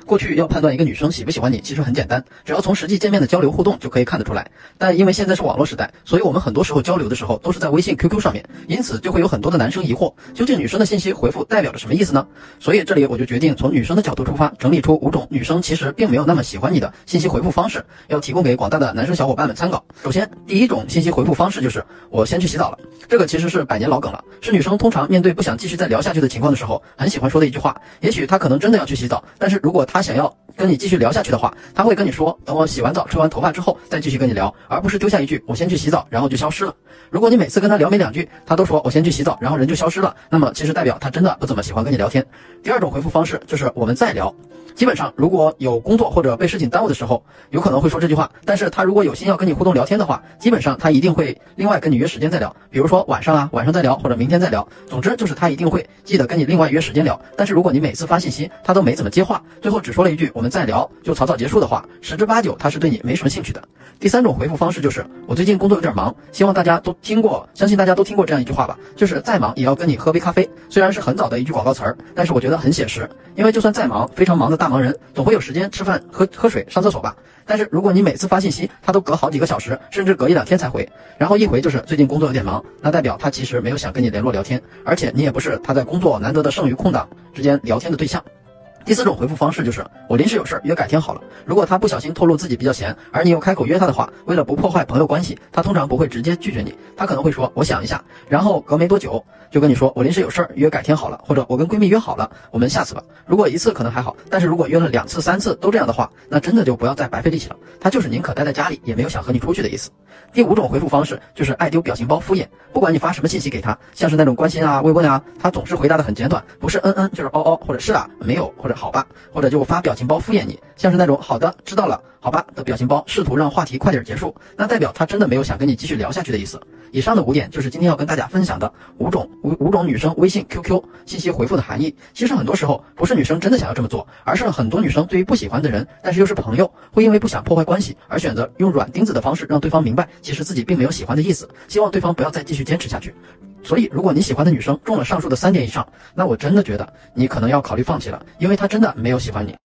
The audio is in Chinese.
过去要判断一个女生喜不喜欢你，其实很简单，只要从实际见面的交流互动就可以看得出来。但因为现在是网络时代，所以我们很多时候交流的时候都是在微信、QQ 上面，因此就会有很多的男生疑惑，究竟女生的信息回复代表着什么意思呢？所以这里我就决定从女生的角度出发，整理出5种女生其实并没有那么喜欢你的信息回复方式，要提供给广大的男生小伙伴们参考。首先，第一种信息回复方式就是我先去洗澡了，这个其实是百年老梗了，是女生通常面对不想继续再聊下去的情况的时候很喜欢说的一句话。也许她可能真的要去洗澡，但是如果她想要跟你继续聊下去的话，她会跟你说等我洗完澡吹完头发之后再继续跟你聊，而不是丢下一句我先去洗澡然后就消失了。如果你每次跟她聊没2句她都说我先去洗澡然后人就消失了，那么其实代表她真的不怎么喜欢跟你聊天。第二种回复方式就是我们再聊，基本上如果有工作或者被事情耽误的时候有可能会说这句话，但是他如果有心要跟你互动聊天的话，基本上他一定会另外跟你约时间再聊，比如说晚上再聊，或者明天再聊，总之就是他一定会记得跟你另外约时间聊。但是如果你每次发信息他都没怎么接话，最后只说了一句我们再聊就草草结束的话，10之8九他是对你没什么兴趣的。第三种回复方式就是我最近工作有点忙，希望大家都听过，相信大家都听过这样一句话吧，就是再忙也要跟你喝杯咖啡。虽然是很早的一句广告词儿，但是我觉得很写实，因为就算再忙，非常忙的大忙人总会有时间吃饭、喝水、上厕所吧。但是如果你每次发信息他都隔好几个小时，甚至隔1-2天才回，然后一回就是最近工作有点忙，那代表他其实没有想跟你联络聊天，而且你也不是他在工作难得的剩余空档之间聊天的对象。第4种回复方式就是我临时有事约改天好了。如果他不小心透露自己比较闲，而你又开口约他的话，为了不破坏朋友关系，他通常不会直接拒绝你，他可能会说我想一下，然后隔没多久就跟你说我临时有事约改天好了，或者我跟闺蜜约好了，我们下次吧。如果1次可能还好，但是如果约了2次、3次都这样的话，那真的就不要再白费力气了，他就是宁可待在家里也没有想和你出去的意思。第5种回复方式就是爱丢表情包敷衍，不管你发什么信息给他，像是那种关心慰问他总是回答的很简短，不是就是哦或者是没有或者好吧，或者就发表情包敷衍你，像是那种好的知道了好吧的表情包，试图让话题快点结束，那代表他真的没有想跟你继续聊下去的意思。以上的5点就是今天要跟大家分享的5种女生微信 QQ 信息回复的含义。其实很多时候不是女生真的想要这么做，而是很多女生对于不喜欢的人但是又是朋友，会因为不想破坏关系而选择用软钉子的方式让对方明白其实自己并没有喜欢的意思，希望对方不要再继续坚持下去。所以如果你喜欢的女生中了上述的3点以上，那我真的觉得你可能要考虑放弃了，因为她真的没有喜欢你。